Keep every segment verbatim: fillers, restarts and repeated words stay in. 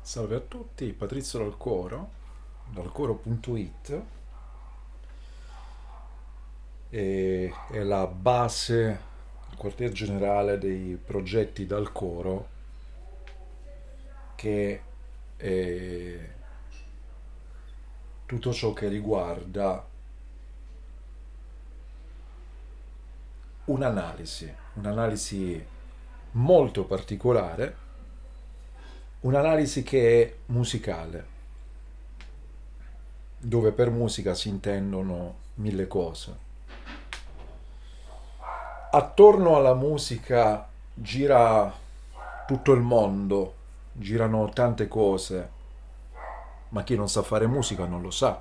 Salve a tutti, Patrizio dal Coro, dal coro punto it, e è la base, il quartier generale dei progetti dal coro che è tutto ciò che riguarda un'analisi, un'analisi molto particolare, un'analisi che è musicale, dove per musica si intendono mille cose. Attorno alla musica gira tutto il mondo, girano tante cose, ma chi non sa fare musica non lo sa.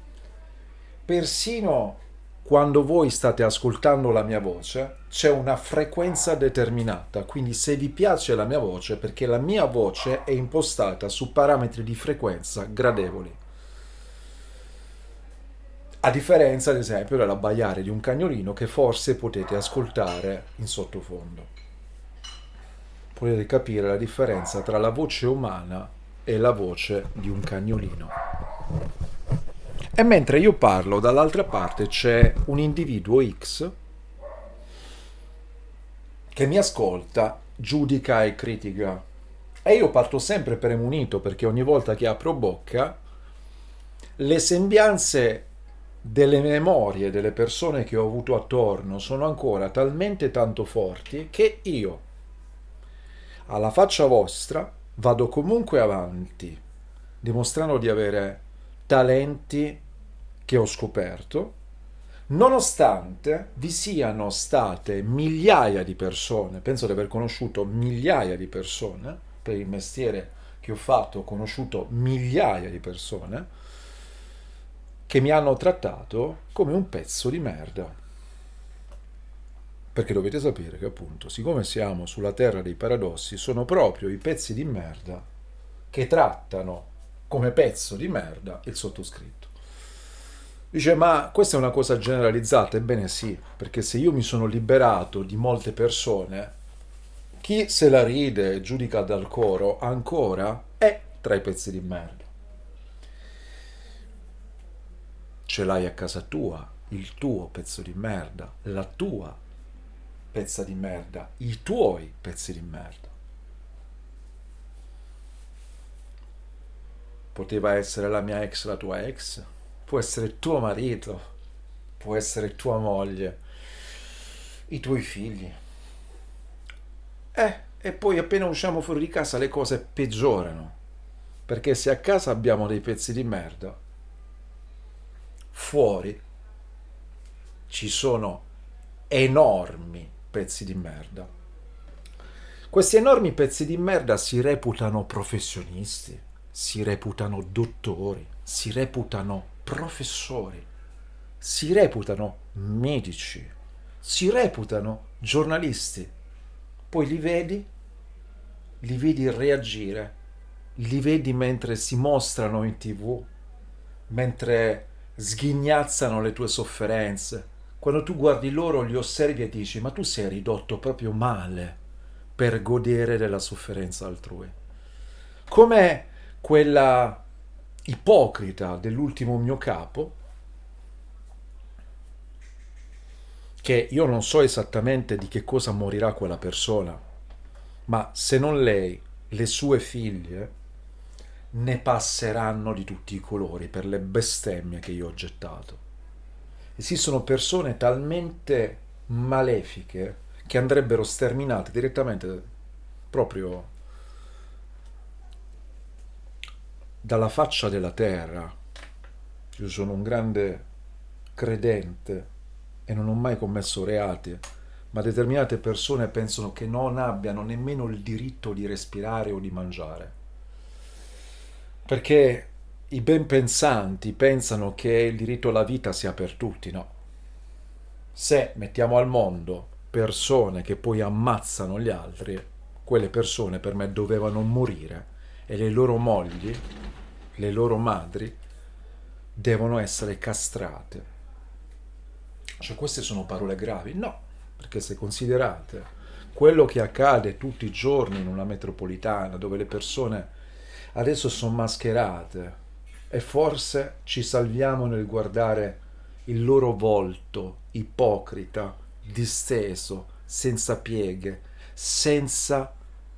Persino quando voi state ascoltando la mia voce, c'è una frequenza determinata, quindi se vi piace la mia voce, perché la mia voce è impostata su parametri di frequenza gradevoli. A differenza, ad esempio, dell'abbaiare di un cagnolino che forse potete ascoltare in sottofondo. Potete capire la differenza tra la voce umana e la voce di un cagnolino. E mentre io parlo, dall'altra parte c'è un individuo X che mi ascolta, giudica e critica. E io parto sempre premunito perché ogni volta che apro bocca, le sembianze delle memorie delle persone che ho avuto attorno sono ancora talmente tanto forti che io, alla faccia vostra, vado comunque avanti, dimostrando di avere talenti che ho scoperto, nonostante vi siano state migliaia di persone, penso di aver conosciuto migliaia di persone, per il mestiere che ho fatto ho conosciuto migliaia di persone, che mi hanno trattato come un pezzo di merda. Perché dovete sapere che appunto, siccome siamo sulla terra dei paradossi, sono proprio i pezzi di merda che trattano come pezzo di merda il sottoscritto. Dice, ma questa è una cosa generalizzata? Ebbene sì, perché se io mi sono liberato di molte persone, chi se la ride e giudica dal coro ancora è tra i pezzi di merda. Ce l'hai a casa tua, il tuo pezzo di merda, la tua pezza di merda, i tuoi pezzi di merda. Poteva essere la mia ex, la tua ex, può essere tuo marito, può essere tua moglie, i tuoi figli. Eh, e poi appena usciamo fuori di casa le cose peggiorano, perché se a casa abbiamo dei pezzi di merda, fuori ci sono enormi pezzi di merda. Questi enormi pezzi di merda si reputano professionisti, si reputano dottori, si reputano professori, si reputano medici, si reputano giornalisti. Poi li vedi, li vedi reagire, li vedi mentre si mostrano in tv, mentre sghignazzano le tue sofferenze. Quando tu guardi loro, li osservi e dici, ma tu sei ridotto proprio male per godere della sofferenza altrui. Come quella ipocrita dell'ultimo mio capo, che io non so esattamente di che cosa morirà quella persona, ma se non lei, le sue figlie ne passeranno di tutti i colori per le bestemmie che io ho gettato. Esistono persone talmente malefiche che andrebbero sterminate direttamente proprio dalla faccia della terra. Io sono un grande credente e non ho mai commesso reati, ma determinate persone pensano che non abbiano nemmeno il diritto di respirare o di mangiare. Perché i ben pensanti pensano che il diritto alla vita sia per tutti, no. Se mettiamo al mondo persone che poi ammazzano gli altri, quelle persone per me dovevano morire e le loro mogli, le loro madri, devono essere castrate. Cioè, queste sono parole gravi? No, perché se considerate quello che accade tutti i giorni in una metropolitana dove le persone adesso sono mascherate e forse ci salviamo nel guardare il loro volto ipocrita, disteso, senza pieghe, senza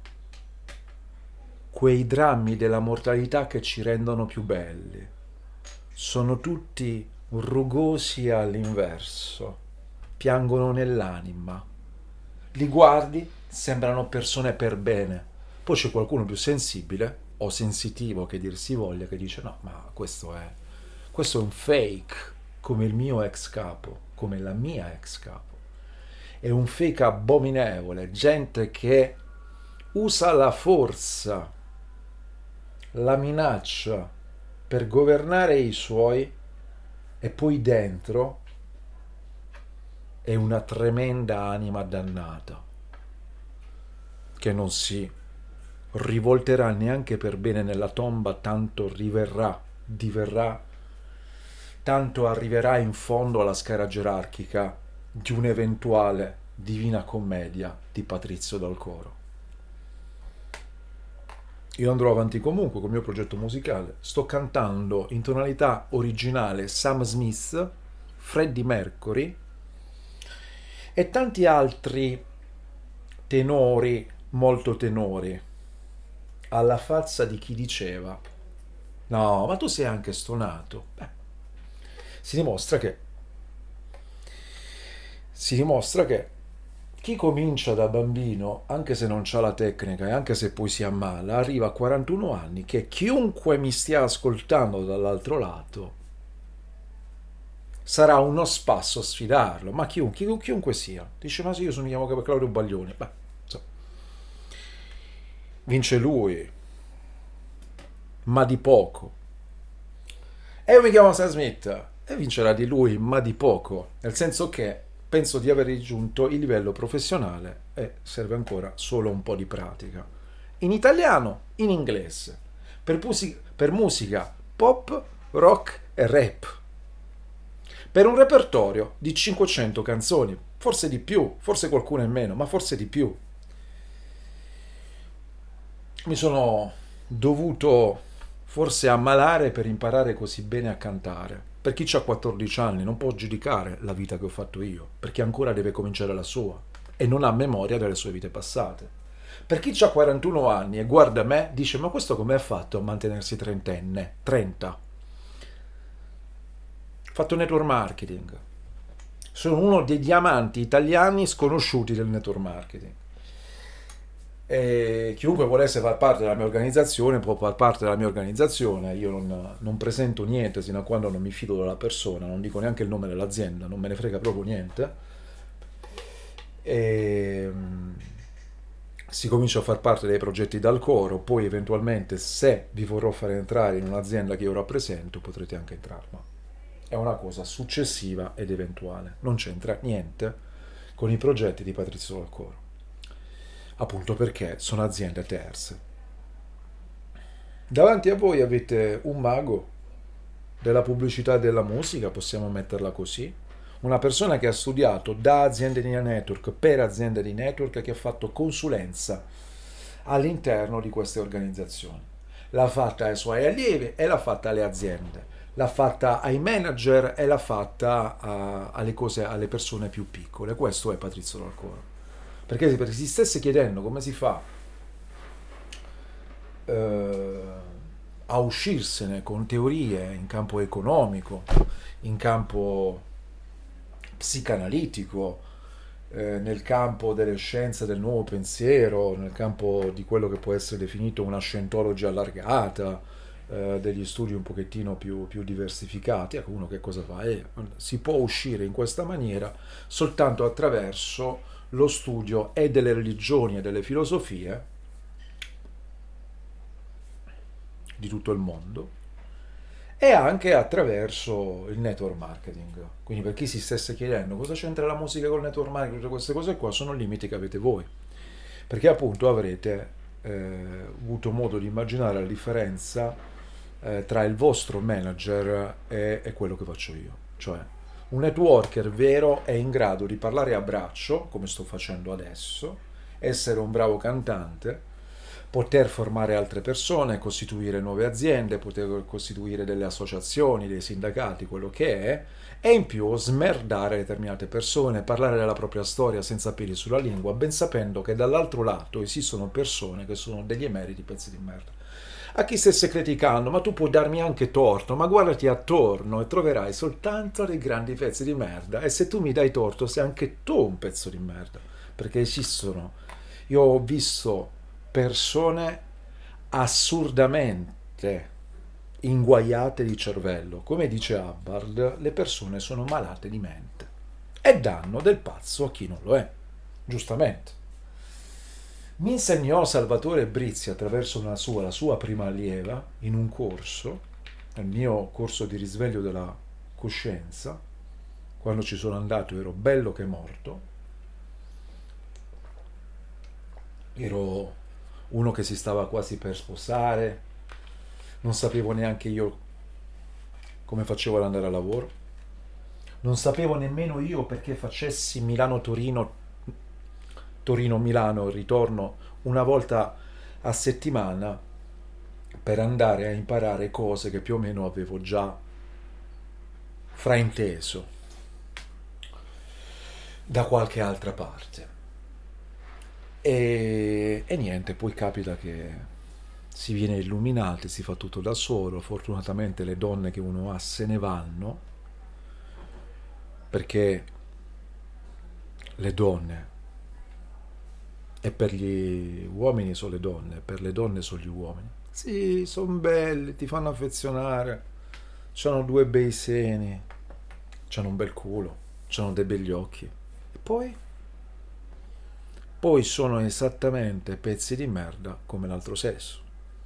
quei drammi della mortalità che ci rendono più belli. Sono tutti rugosi all'inverso, piangono nell'anima. Li guardi, sembrano persone per bene. Poi c'è qualcuno più sensibile o sensitivo, che dir si voglia, che dice no, ma questo è questo è un fake, come il mio ex capo, come la mia ex capo. È un fake abominevole, gente che usa la forza, la minaccia per governare i suoi, e poi dentro è una tremenda anima dannata che non si rivolterà neanche per bene nella tomba, tanto riverrà, diverrà, tanto arriverà in fondo alla scala gerarchica di un'eventuale Divina Commedia di Patrizio Dal Coro. Io andrò avanti comunque con il mio progetto musicale. Sto cantando in tonalità originale Sam Smith, Freddie Mercury e tanti altri tenori, molto tenori, alla faccia di chi diceva no, ma tu sei anche stonato. Beh, si dimostra che si dimostra che chi comincia da bambino, anche se non c'ha la tecnica e anche se poi si ammala, arriva a quarantuno anni, che chiunque mi stia ascoltando dall'altro lato sarà uno spasso sfidarlo, ma chiunque, chiunque sia. Dice, ma sì, io sono, mi chiamo Claudio Baglioni. Beh, so. Vince lui, ma di poco. E io mi chiamo Sam Smith, e vincerà di lui, ma di poco, nel senso che penso di aver raggiunto il livello professionale e serve ancora solo un po' di pratica. In italiano, in inglese, per, musica, per musica pop, rock e rap. Per un repertorio di cinquecento canzoni, forse di più, forse qualcuna in meno, ma forse di più. Mi sono dovuto forse ammalare per imparare così bene a cantare. Per chi ha quattordici anni non può giudicare la vita che ho fatto io, perché ancora deve cominciare la sua e non ha memoria delle sue vite passate. Per chi ha quarantuno anni e guarda me, dice ma questo come ha fatto a mantenersi trentenne? trenta. Ho fatto network marketing. Sono uno dei diamanti italiani sconosciuti del network marketing. E chiunque volesse far parte della mia organizzazione può far parte della mia organizzazione. Io non, non presento niente sino a quando non mi fido della persona, non dico neanche il nome dell'azienda, non me ne frega proprio niente. E si comincia a far parte dei progetti Dal Coro, poi eventualmente se vi vorrò fare entrare in un'azienda che io rappresento potrete anche entrare, ma è una cosa successiva ed eventuale, non c'entra niente con i progetti di Patrizio Dal Coro. Appunto perché sono aziende terze. Davanti a voi avete un mago della pubblicità e della musica, possiamo metterla così, una persona che ha studiato da aziende di network per aziende di network, che ha fatto consulenza all'interno di queste organizzazioni. L'ha fatta ai suoi allievi e l'ha fatta alle aziende, l'ha fatta ai manager e l'ha fatta a, alle, cose, alle persone più piccole. Questo è Patrizio Dal Coro. Perché se si stesse chiedendo come si fa eh, a uscirsene con teorie in campo economico, in campo psicanalitico, eh, nel campo delle scienze del nuovo pensiero, nel campo di quello che può essere definito una scientology allargata, eh, degli studi un pochettino più, più diversificati, ecco, uno che cosa fa? Eh, si può uscire in questa maniera soltanto attraverso lo studio e delle religioni e delle filosofie di tutto il mondo e anche attraverso il network marketing. Quindi per chi si stesse chiedendo cosa c'entra la musica col network marketing, tutte queste cose qua sono limiti che avete voi, perché appunto avrete eh, avuto modo di immaginare la differenza eh, tra il vostro manager e, e quello che faccio io. Cioè un networker vero è in grado di parlare a braccio, come sto facendo adesso, essere un bravo cantante, poter formare altre persone, costituire nuove aziende, poter costituire delle associazioni, dei sindacati, quello che è, e in più smerdare determinate persone, parlare della propria storia senza peli sulla lingua, ben sapendo che dall'altro lato esistono persone che sono degli emeriti pezzi di merda. A chi stesse criticando, ma tu puoi darmi anche torto, ma guardati attorno e troverai soltanto dei grandi pezzi di merda, e se tu mi dai torto sei anche tu un pezzo di merda, perché esistono. Io ho visto persone assurdamente inguaiate di cervello. Come dice Hubbard, le persone sono malate di mente e danno del pazzo a chi non lo è, giustamente. Mi insegnò Salvatore Brizzi attraverso una sua, la sua prima allieva in un corso, nel mio corso di risveglio della coscienza. Quando ci sono andato ero bello che morto, ero uno che si stava quasi per sposare, non sapevo neanche io come facevo ad andare a lavoro, non sapevo nemmeno io perché facessi Milano-Torino, Torino-Milano, il ritorno una volta a settimana per andare a imparare cose che più o meno avevo già frainteso da qualche altra parte. E, e niente, poi capita che si viene illuminati, si fa tutto da solo. Fortunatamente le donne che uno ha se ne vanno, perché le donne, e per gli uomini sono le donne, per le donne sono gli uomini, sì, sono belli, ti fanno affezionare, c'hanno due bei seni, c'hanno un bel culo, c'hanno dei begli occhi, e poi poi sono esattamente pezzi di merda come l'altro sesso.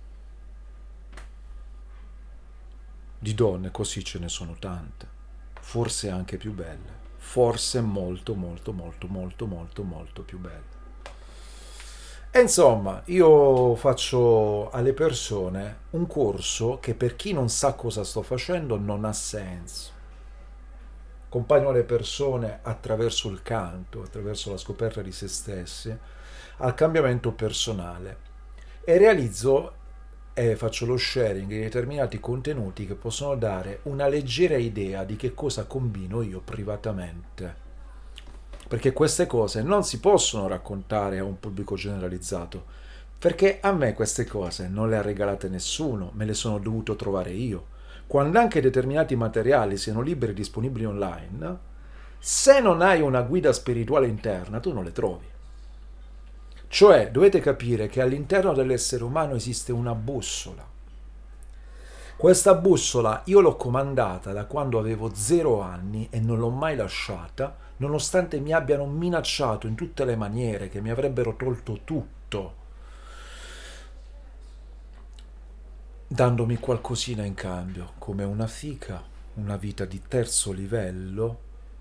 Di donne così ce ne sono tante, forse anche più belle, forse molto molto molto molto molto molto più belle. E insomma, io faccio alle persone un corso che per chi non sa cosa sto facendo non ha senso. Accompagno le persone attraverso il canto, attraverso la scoperta di se stessi, al cambiamento personale, e realizzo e faccio lo sharing di determinati contenuti che possono dare una leggera idea di che cosa combino io privatamente. Perché queste cose non si possono raccontare a un pubblico generalizzato, perché a me queste cose non le ha regalate nessuno, me le sono dovuto trovare io. Quando anche determinati materiali siano liberi e disponibili online, se non hai una guida spirituale interna, tu non le trovi. Cioè, dovete capire che all'interno dell'essere umano esiste una bussola. Questa bussola io l'ho comandata da quando avevo zero anni e non l'ho mai lasciata, nonostante mi abbiano minacciato in tutte le maniere che mi avrebbero tolto tutto, dandomi qualcosina in cambio, come una fica, una vita di terzo livello,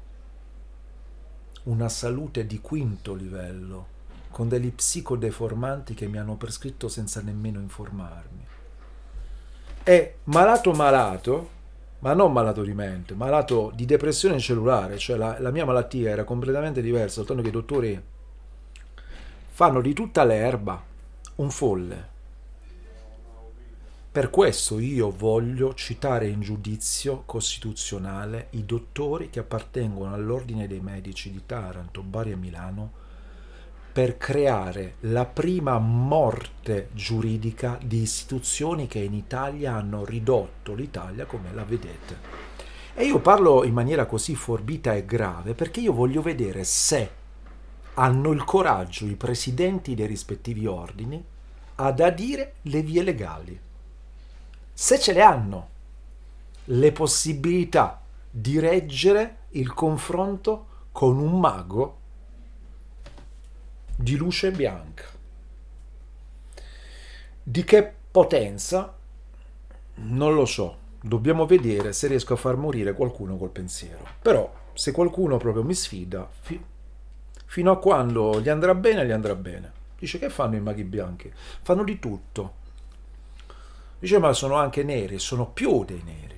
una salute di quinto livello, con degli psicodeformanti che mi hanno prescritto senza nemmeno informarmi. E malato malato, ma non malato di mente, malato di depressione cellulare, cioè la, la mia malattia era completamente diversa, soltanto che i dottori fanno di tutta l'erba un folle. Per questo io voglio citare in giudizio costituzionale i dottori che appartengono all'Ordine dei Medici di Taranto, Bari e Milano, per creare la prima morte giuridica di istituzioni che in Italia hanno ridotto l'Italia come la vedete. E io parlo in maniera così forbita e grave perché io voglio vedere se hanno il coraggio i presidenti dei rispettivi ordini ad adire le vie legali. Se ce le hanno, le possibilità di reggere il confronto con un mago di luce bianca. Di che potenza? Non lo so. Dobbiamo vedere se riesco a far morire qualcuno col pensiero. Però, se qualcuno proprio mi sfida, fi- fino a quando gli andrà bene, gli andrà bene. Dice, che fanno i maghi bianchi? Fanno di tutto. Dice, ma sono anche neri, sono più dei neri.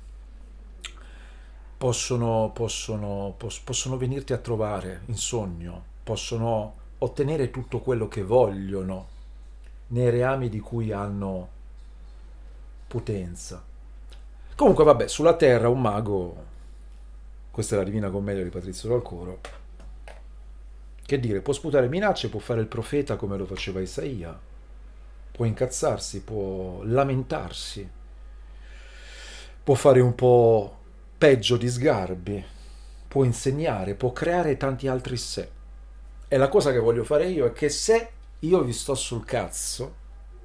Possono, possono, pos- possono venirti a trovare in sogno, possono ottenere tutto quello che vogliono nei reami di cui hanno potenza. Comunque vabbè, sulla terra un mago, questa è la Divina Commedia di Patrizio Dal Coro, che dire, può sputare minacce, può fare il profeta come lo faceva Isaia, può incazzarsi, può lamentarsi, può fare un po' peggio di Sgarbi, può insegnare, può creare tanti altri sé. E la cosa che voglio fare io è che se io vi sto sul cazzo,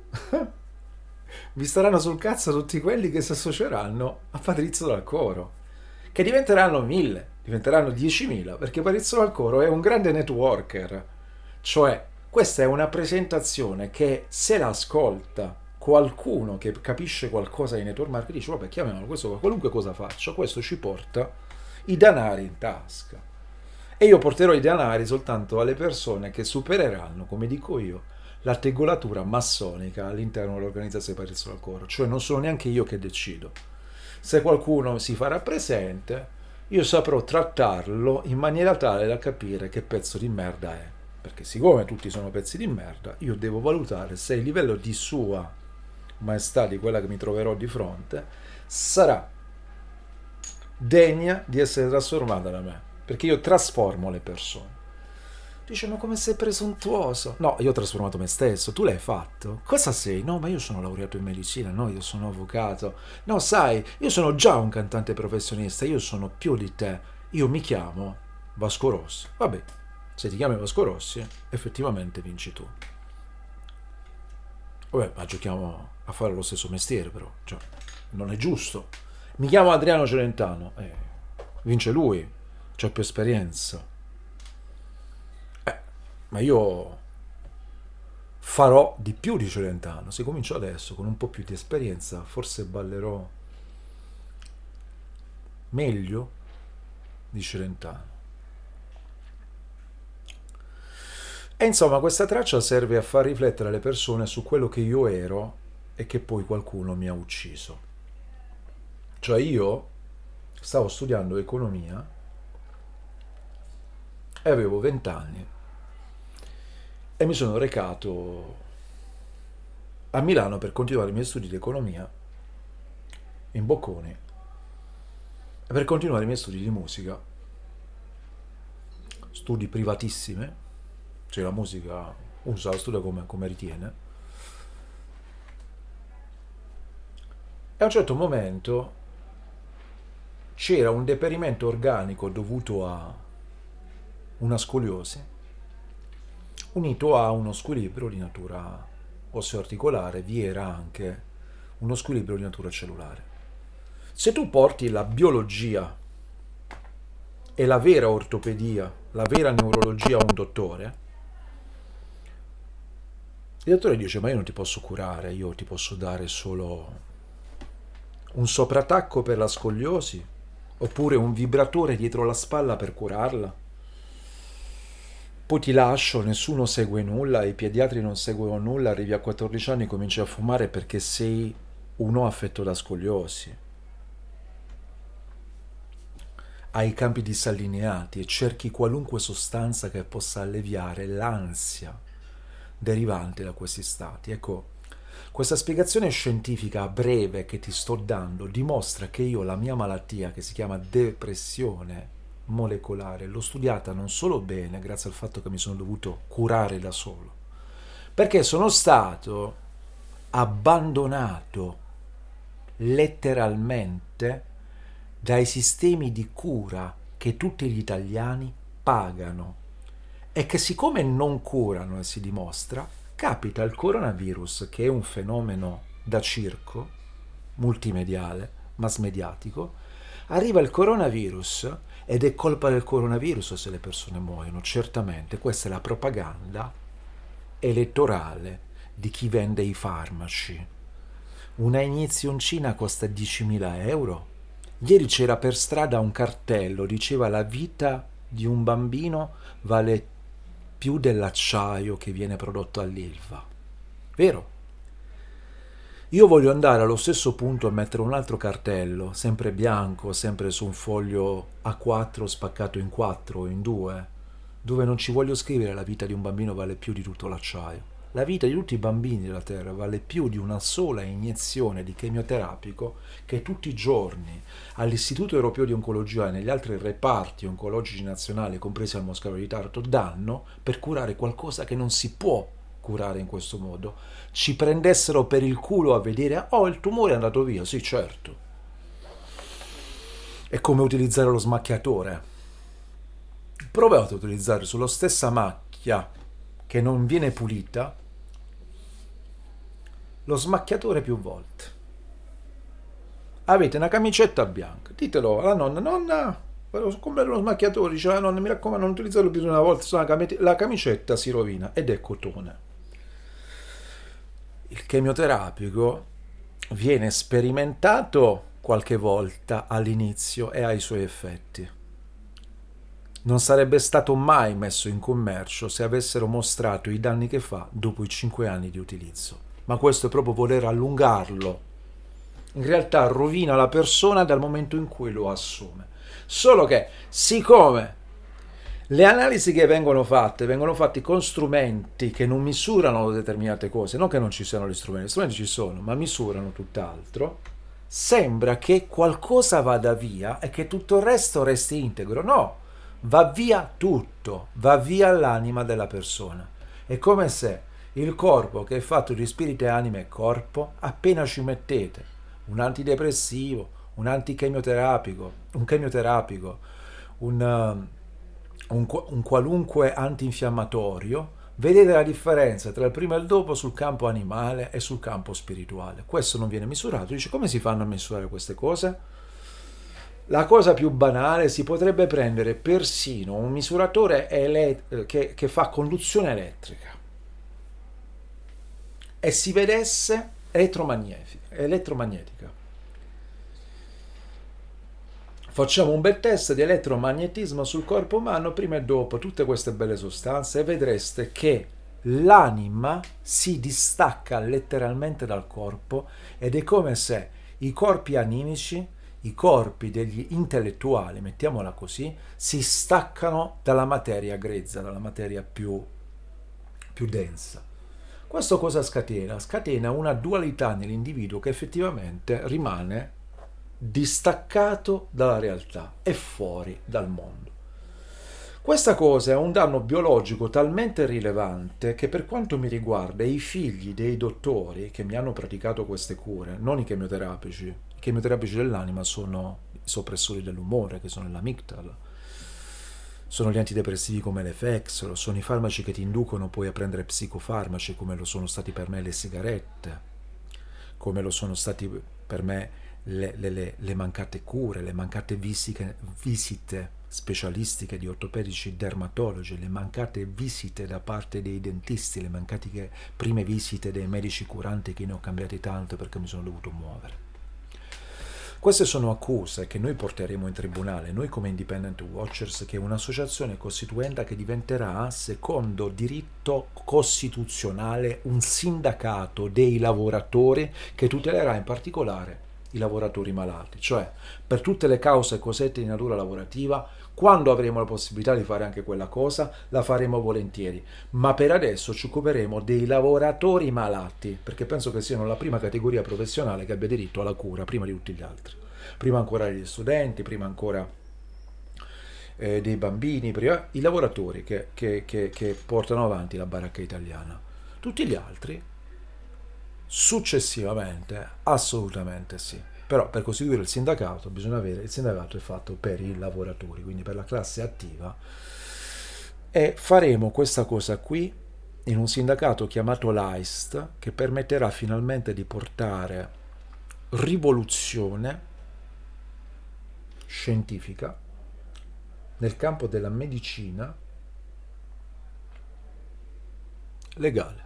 vi staranno sul cazzo tutti quelli che si associeranno a Patrizio Dal Coro, che diventeranno mille, diventeranno diecimila, perché Patrizio Dal Coro è un grande networker. Cioè, questa è una presentazione che se la ascolta qualcuno che capisce qualcosa di network marketing, dice vabbè, chiamiamolo questo, qualunque cosa faccio, questo ci porta i denari in tasca. E io porterò i denari soltanto alle persone che supereranno, come dico io, la tegolatura massonica all'interno dell'organizzazione Patrizio Dal Coro. Cioè non sono neanche io che decido. Se qualcuno si farà presente, io saprò trattarlo in maniera tale da capire che pezzo di merda è. Perché siccome tutti sono pezzi di merda, io devo valutare se il livello di sua maestà, di quella che mi troverò di fronte, sarà degna di essere trasformata da me. Perché io trasformo le persone. Dice, ma come sei presuntuoso? No, io ho trasformato me stesso, tu l'hai fatto? Cosa sei? No, ma io sono laureato in medicina, no, io sono avvocato. No, sai, io sono già un cantante professionista, io sono più di te. Io mi chiamo Vasco Rossi. Vabbè, se ti chiami Vasco Rossi, effettivamente vinci tu. Vabbè, ma giochiamo a fare lo stesso mestiere, però. Cioè, non è giusto. Mi chiamo Adriano Celentano. Eh, vince lui, c'ho più esperienza. Ma io farò di più di Celentano. Se comincio adesso con un po' più di esperienza, forse ballerò meglio di Celentano. E insomma, questa traccia serve a far riflettere le persone su quello che io ero e che poi qualcuno mi ha ucciso. Cioè io stavo studiando economia e avevo vent'anni. E mi sono recato a Milano per continuare i miei studi di economia in Bocconi e per continuare i miei studi di musica, studi privatissimi, cioè la musica usa la studia come, come ritiene. E a un certo momento c'era un deperimento organico dovuto a una scoliosi, unito a uno squilibrio di natura osseo-articolare. Vi era anche uno squilibrio di natura cellulare. Se tu porti la biologia e la vera ortopedia, la vera neurologia a un dottore, il dottore dice: ma io non ti posso curare, io ti posso dare solo un soprattacco per la scoliosi, oppure un vibratore dietro la spalla per curarla. Poi ti lascio, nessuno segue nulla, i pediatri non seguono nulla, arrivi a quattordici anni e cominci a fumare perché sei uno affetto da scoliosi. Hai i campi disallineati e cerchi qualunque sostanza che possa alleviare l'ansia derivante da questi stati. Ecco, questa spiegazione scientifica breve che ti sto dando dimostra che io la mia malattia, che si chiama depressione molecolare, l'ho studiata non solo bene, grazie al fatto che mi sono dovuto curare da solo, perché sono stato abbandonato letteralmente dai sistemi di cura che tutti gli italiani pagano e che, siccome non curano, e si dimostra, capita il coronavirus, che è un fenomeno da circo, multimediale, mass mediatico. Arriva il coronavirus ed è colpa del coronavirus se le persone muoiono. Certamente questa è la propaganda elettorale di chi vende i farmaci. Una inizioncina costa diecimila euro. Ieri c'era per strada un cartello, diceva: la vita di un bambino vale più dell'acciaio che viene prodotto all'Ilva. Vero? Io voglio andare allo stesso punto a mettere un altro cartello, sempre bianco, sempre su un foglio A quattro spaccato in quattro o in due, dove non ci voglio scrivere: la vita di un bambino vale più di tutto l'acciaio. La vita di tutti i bambini della Terra vale più di una sola iniezione di chemioterapico che tutti i giorni all'Istituto Europeo di Oncologia e negli altri reparti oncologici nazionali, compresi al Moscaro di Taranto, danno per curare qualcosa che non si può curare in questo modo. Ci prendessero per il culo a vedere, oh, il tumore è andato via, sì, certo. È come utilizzare lo smacchiatore. Provate a utilizzare sulla stessa macchia che non viene pulita lo smacchiatore più volte. Avete una camicetta bianca, ditelo alla nonna: nonna, volevo comprare uno smacchiatore. Dice la nonna: mi raccomando, non utilizzarlo più di una volta, la camicetta si rovina. Ed è cotone. Il chemioterapico viene sperimentato qualche volta all'inizio e ha i suoi effetti. Non sarebbe stato mai messo in commercio se avessero mostrato i danni che fa dopo i cinque anni di utilizzo. Ma questo è proprio voler allungarlo. In realtà rovina la persona dal momento in cui lo assume. Solo che, siccome le analisi che vengono fatte vengono fatte con strumenti che non misurano determinate cose, non che non ci siano gli strumenti, gli strumenti ci sono, ma misurano tutt'altro, sembra che qualcosa vada via e che tutto il resto resti integro. No, va via tutto, va via l'anima della persona. È come se il corpo, che è fatto di spirito, anima e corpo, appena ci mettete un antidepressivo, un antichemioterapico, un chemioterapico, un, un, un qualunque antinfiammatorio, vedete la differenza tra il prima e il dopo sul campo animale e sul campo spirituale. Questo non viene misurato. Dice: come si fanno a misurare queste cose? La cosa più banale: si potrebbe prendere persino un misuratore ele- che, che fa conduzione elettrica e si vedesse elettromagnetica. Facciamo un bel test di elettromagnetismo sul corpo umano prima e dopo tutte queste belle sostanze e vedreste che l'anima si distacca letteralmente dal corpo ed è come se i corpi animici, i corpi degli intellettuali, mettiamola così, si staccano dalla materia grezza, dalla materia più, più densa. Questo cosa scatena? Scatena una dualità nell'individuo che effettivamente rimane distaccato dalla realtà e fuori dal mondo. Questa cosa è un danno biologico talmente rilevante che, per quanto mi riguarda, i figli dei dottori che mi hanno praticato queste cure, non i chemioterapici, i chemioterapici dell'anima sono i soppressori dell'umore, che sono l'amigdala, sono gli antidepressivi come l'Efexor, sono i farmaci che ti inducono poi a prendere psicofarmaci, come lo sono stati per me le sigarette, come lo sono stati per me le, le, le, le mancate cure, le mancate visite, visite specialistiche di ortopedici dermatologi, le mancate visite da parte dei dentisti, le mancate prime visite dei medici curanti, che ne ho cambiati tante perché mi sono dovuto muovere. Queste sono accuse che noi porteremo in tribunale, noi come Independent Watchers, che è un'associazione costituenda che diventerà, secondo diritto costituzionale, un sindacato dei lavoratori che tutelerà in particolare i lavoratori malati. Cioè, per tutte le cause cosette di natura lavorativa, quando avremo la possibilità di fare anche quella cosa, la faremo volentieri. Ma per adesso ci occuperemo dei lavoratori malati, perché penso che siano la prima categoria professionale che abbia diritto alla cura, prima di tutti gli altri. Prima ancora degli studenti, prima ancora eh, dei bambini, prima, i lavoratori che, che, che, che portano avanti la baracca italiana. Tutti gli altri, successivamente, assolutamente sì. Però per costituire il sindacato bisogna avere, il sindacato è fatto per i lavoratori, quindi per la classe attiva, e faremo questa cosa qui in un sindacato chiamato l'A I S T, che permetterà finalmente di portare rivoluzione scientifica nel campo della medicina legale,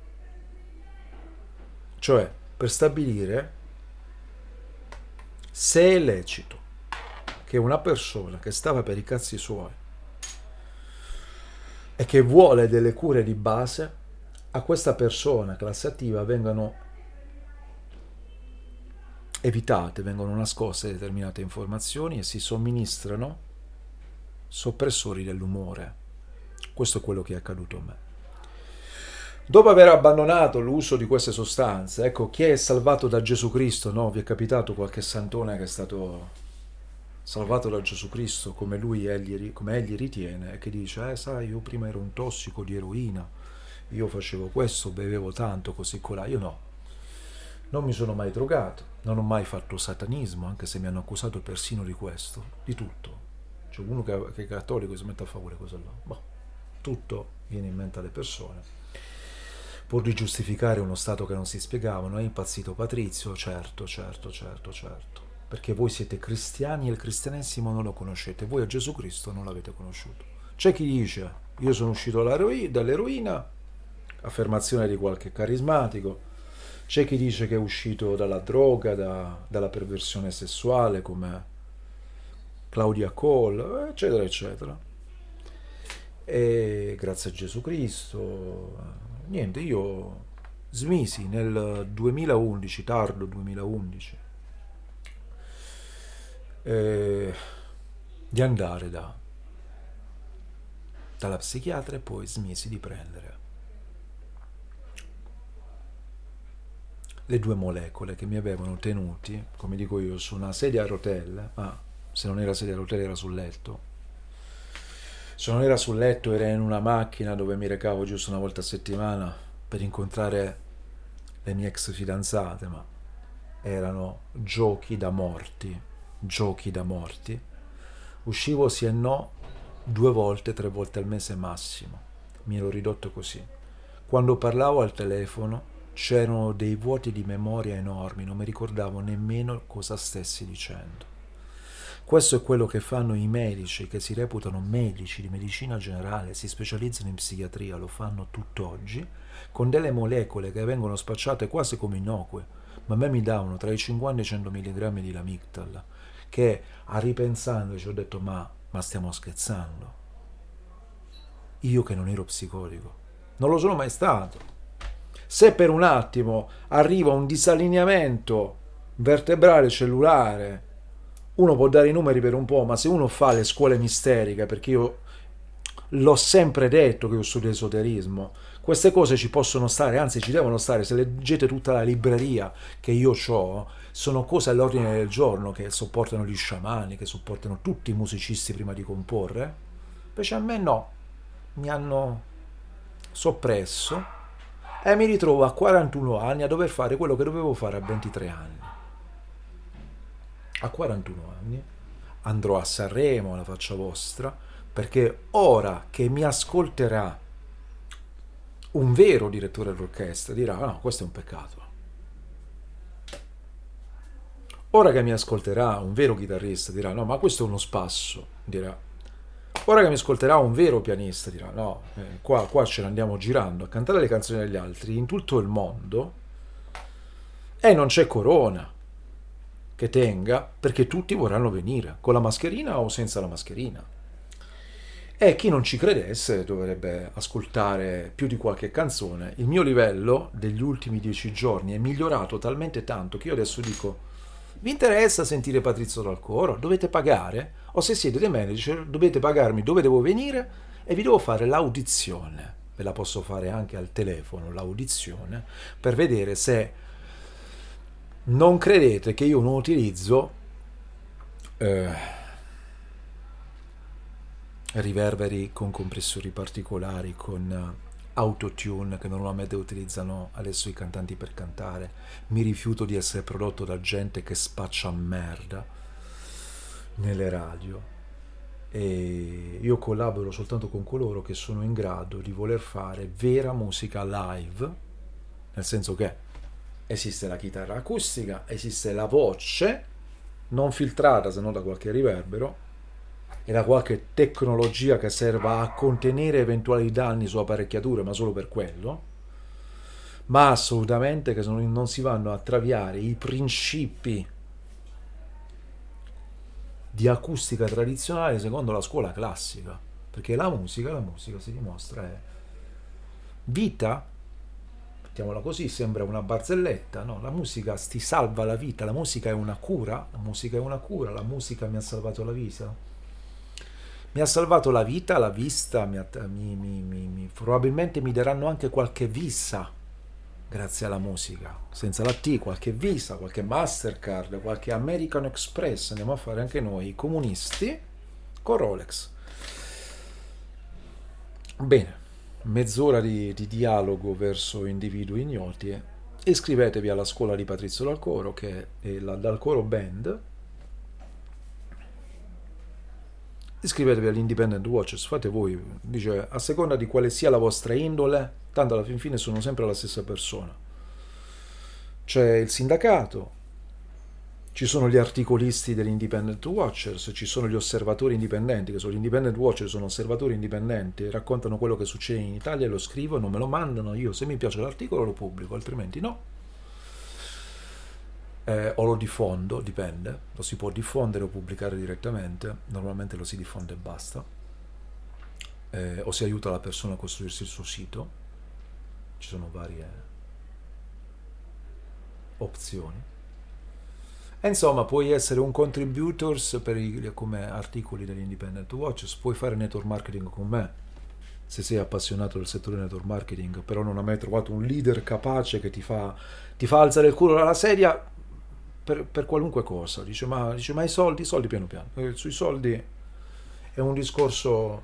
cioè per stabilire se è lecito che una persona che stava per i cazzi suoi e che vuole delle cure di base, a questa persona classe attiva vengano evitate, vengono nascoste determinate informazioni e si somministrano soppressori dell'umore. Questo è quello che è accaduto a me. Dopo aver abbandonato l'uso di queste sostanze, ecco, chi è salvato da Gesù Cristo, no? Vi è capitato qualche santone che è stato salvato da Gesù Cristo come lui egli, come egli ritiene, e che dice, eh sai, io prima ero un tossico di eroina, io facevo questo, bevevo tanto, così colà. Io no, non mi sono mai drogato, non ho mai fatto satanismo, anche se mi hanno accusato persino di questo, di tutto. C'è uno che, che è cattolico e si mette a favore cosa là. Boh, tutto viene in mente alle persone. Pur di giustificare uno stato che non si spiegavano, è impazzito Patrizio, certo, certo, certo, certo. Perché voi siete cristiani e il cristianesimo non lo conoscete, voi a Gesù Cristo non l'avete conosciuto. C'è chi dice, io sono uscito dall'eroina, affermazione di qualche carismatico, c'è chi dice che è uscito dalla droga, da, dalla perversione sessuale come Claudia Cole, eccetera, eccetera. E grazie a Gesù Cristo, niente, io smisi nel duemilaundici, tardo duemilaundici, eh, di andare da, dalla psichiatra e poi smisi di prendere le due molecole che mi avevano tenuti, come dico io, su una sedia a rotelle, ma se non era sedia a rotelle era sul letto. Se non era sul letto era in una macchina dove mi recavo giusto una volta a settimana per incontrare le mie ex fidanzate, ma erano giochi da morti, giochi da morti. Uscivo sì e no due volte, tre volte al mese massimo. Mi ero ridotto così. Quando parlavo al telefono c'erano dei vuoti di memoria enormi, non mi ricordavo nemmeno cosa stessi dicendo. Questo è quello che fanno i medici, che si reputano medici di medicina generale, si specializzano in psichiatria, lo fanno tutt'oggi, con delle molecole che vengono spacciate quasi come innocue, ma a me mi davano tra i cinquanta e i cento milligrammi di Lamictal, che a ripensandoci ho detto, ma, ma stiamo scherzando? Io che non ero psicotico, non lo sono mai stato. Se per un attimo arriva un disallineamento vertebrale cellulare, uno può dare i numeri per un po', ma se uno fa le scuole misteriche, perché io l'ho sempre detto che io studio esoterismo, queste cose ci possono stare, anzi ci devono stare, se leggete tutta la libreria che io ho, sono cose all'ordine del giorno che sopportano gli sciamani, che sopportano tutti i musicisti prima di comporre, invece a me no, mi hanno soppresso e mi ritrovo a quarantuno anni a dover fare quello che dovevo fare a ventitré anni. A quarantuno anni andrò a Sanremo alla faccia vostra, perché ora che mi ascolterà un vero direttore d'orchestra dirà no, questo è un peccato. Ora che mi ascolterà un vero chitarrista dirà no, ma questo è uno spasso, dirà. Ora che mi ascolterà un vero pianista dirà no, eh, qua, qua ce ne andiamo girando a cantare le canzoni degli altri in tutto il mondo e non c'è corona che tenga, perché tutti vorranno venire, con la mascherina o senza la mascherina. E chi non ci credesse dovrebbe ascoltare più di qualche canzone. Il mio livello degli ultimi dieci giorni è migliorato talmente tanto che io adesso dico, vi interessa sentire Patrizio dal coro? Dovete pagare? O se siete dei manager, dovete pagarmi dove devo venire e vi devo fare l'audizione. Ve la posso fare anche al telefono, l'audizione, per vedere se non credete che io non utilizzo eh, riverberi con compressori particolari, con autotune che normalmente utilizzano adesso i cantanti per cantare. Mi rifiuto di essere prodotto da gente che spaccia merda nelle radio e io collaboro soltanto con coloro che sono in grado di voler fare vera musica live, nel senso che esiste la chitarra acustica, esiste la voce non filtrata se non da qualche riverbero e da qualche tecnologia che serva a contenere eventuali danni su apparecchiature, ma solo per quello, ma assolutamente che non si vanno a traviare i principi di acustica tradizionale secondo la scuola classica, perché la musica, la musica si dimostra è vita. Mettiamola così, sembra una barzelletta, no? La musica ti salva la vita, la musica è una cura, la musica è una cura, la musica mi ha salvato la vita. Mi ha salvato la vita, la vista, mi ha- mi- mi- mi- mi- probabilmente mi daranno anche qualche visa grazie alla musica, senza la T, qualche Visa, qualche Mastercard, qualche American Express, andiamo a fare anche noi i comunisti con Rolex. Bene, mezz'ora di, di dialogo verso individui ignoti. eh. Iscrivetevi alla scuola di Patrizio Dalcoro, che è la Dalcoro Band. Iscrivetevi all'Independent Watchers, fate voi, dice, a seconda di quale sia la vostra indole, tanto alla fin fine sono sempre la stessa persona. C'è il sindacato, ci sono gli articolisti dell'Independent Watchers, ci sono gli osservatori indipendenti, che sono gli Independent Watchers, sono osservatori indipendenti, raccontano quello che succede in Italia e lo scrivono, me lo mandano, io se mi piace l'articolo lo pubblico, altrimenti no. Eh, o lo diffondo, dipende, lo si può diffondere o pubblicare direttamente, normalmente lo si diffonde e basta, eh, o si aiuta la persona a costruirsi il suo sito, ci sono varie opzioni. E insomma, puoi essere un contributors per i, come articoli degli Independent Watchers, puoi fare network marketing con me, se sei appassionato del settore network marketing, però non hai mai trovato un leader capace che ti fa, ti fa alzare il culo dalla sedia, Per, per qualunque cosa, dice ma, dice ma i soldi, i soldi piano piano, eh, sui soldi è un discorso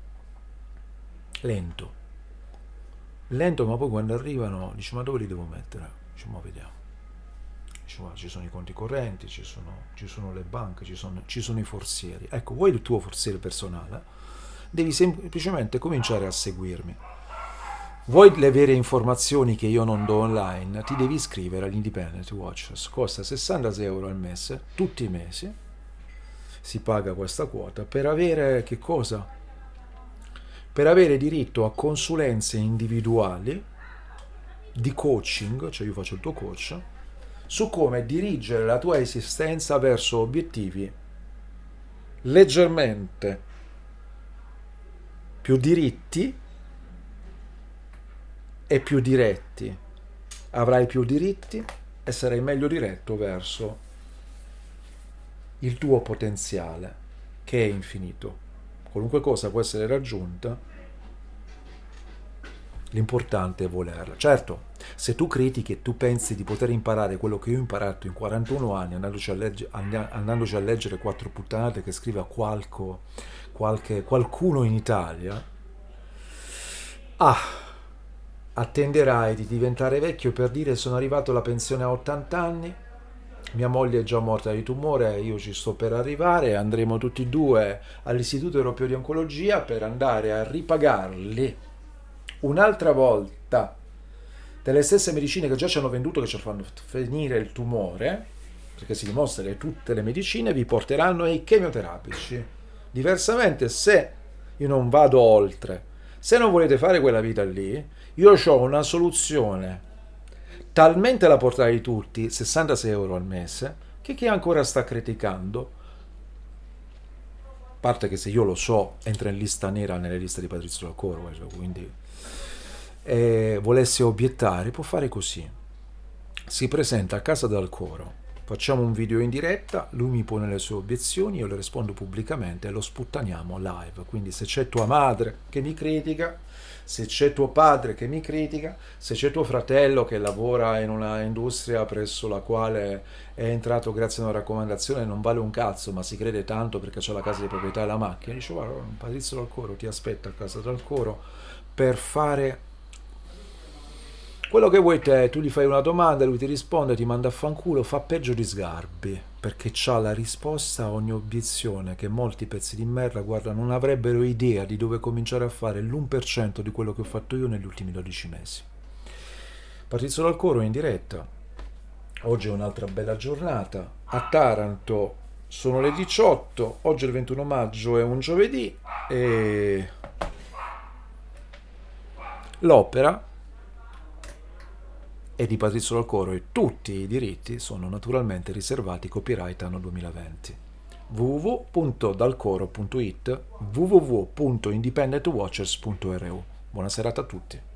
lento, lento, ma poi quando arrivano dice ma dove li devo mettere? Dice ma vediamo, dice ma ci sono i conti correnti, ci sono, ci sono le banche, ci sono, ci sono i forzieri, ecco, vuoi il tuo forziere personale? Devi semplicemente cominciare a seguirmi. Vuoi le vere informazioni che io non do online? Ti devi iscrivere all'Independent Watchers. Costa sessanta euro al mese, tutti i mesi. Si paga questa quota per avere che cosa? Per avere diritto a consulenze individuali di coaching, cioè io faccio il tuo coach, su come dirigere la tua esistenza verso obiettivi leggermente più diritti e più diretti. Avrai più diritti e sarai meglio diretto verso il tuo potenziale, che è infinito. Qualunque cosa può essere raggiunta, l'importante è volerla. Certo, se tu critichi e tu pensi di poter imparare quello che io ho imparato in quarantuno anni andandoci a, legge, andandoci a leggere quattro puttanate che scrive a qualco, qualche, qualcuno in Italia, ah, attenderai di diventare vecchio per dire sono arrivato alla pensione a ottanta anni, mia moglie è già morta di tumore, io ci sto per arrivare, andremo tutti e due all'Istituto Europeo di Oncologia per andare a ripagarli un'altra volta delle stesse medicine che già ci hanno venduto, che ci fanno finire il tumore, perché si dimostra che tutte le medicine vi porteranno ai chemioterapici. Diversamente, se io non vado oltre, se non volete fare quella vita lì, io ho una soluzione talmente alla portata di tutti, sessantasei euro al mese, che chi ancora sta criticando, a parte che se io lo so, entra in lista nera nelle liste di Patrizio Dalcoro, quindi eh, volesse obiettare, può fare così. Si presenta a casa Dalcoro, facciamo un video in diretta, lui mi pone le sue obiezioni, io le rispondo pubblicamente e lo sputtaniamo live. Quindi se c'è tua madre che mi critica, se c'è tuo padre che mi critica, se c'è tuo fratello che lavora in una industria presso la quale è entrato grazie a una raccomandazione e non vale un cazzo, ma si crede tanto perché c'è la casa di proprietà e la macchina, dice guarda, Patrizio Dalcoro ti aspetta a casa Dalcoro per fare quello che vuoi te. Tu gli fai una domanda, lui ti risponde, ti manda a fanculo, fa peggio di Sgarbi, perché c'ha la risposta a ogni obiezione che molti pezzi di merda, guarda, non avrebbero idea di dove cominciare a fare l'uno per cento di quello che ho fatto io negli ultimi dodici mesi. Patrizio Dalcoro in diretta. Oggi è un'altra bella giornata. A Taranto sono le diciotto, oggi è il ventuno maggio, è un giovedì e l'opera e di Patrizio Dalcoro e tutti i diritti sono naturalmente riservati copyright anno duemilaventi. w w w punto dalcoro punto it, w w w punto independent watchers punto r u. Buona serata a tutti.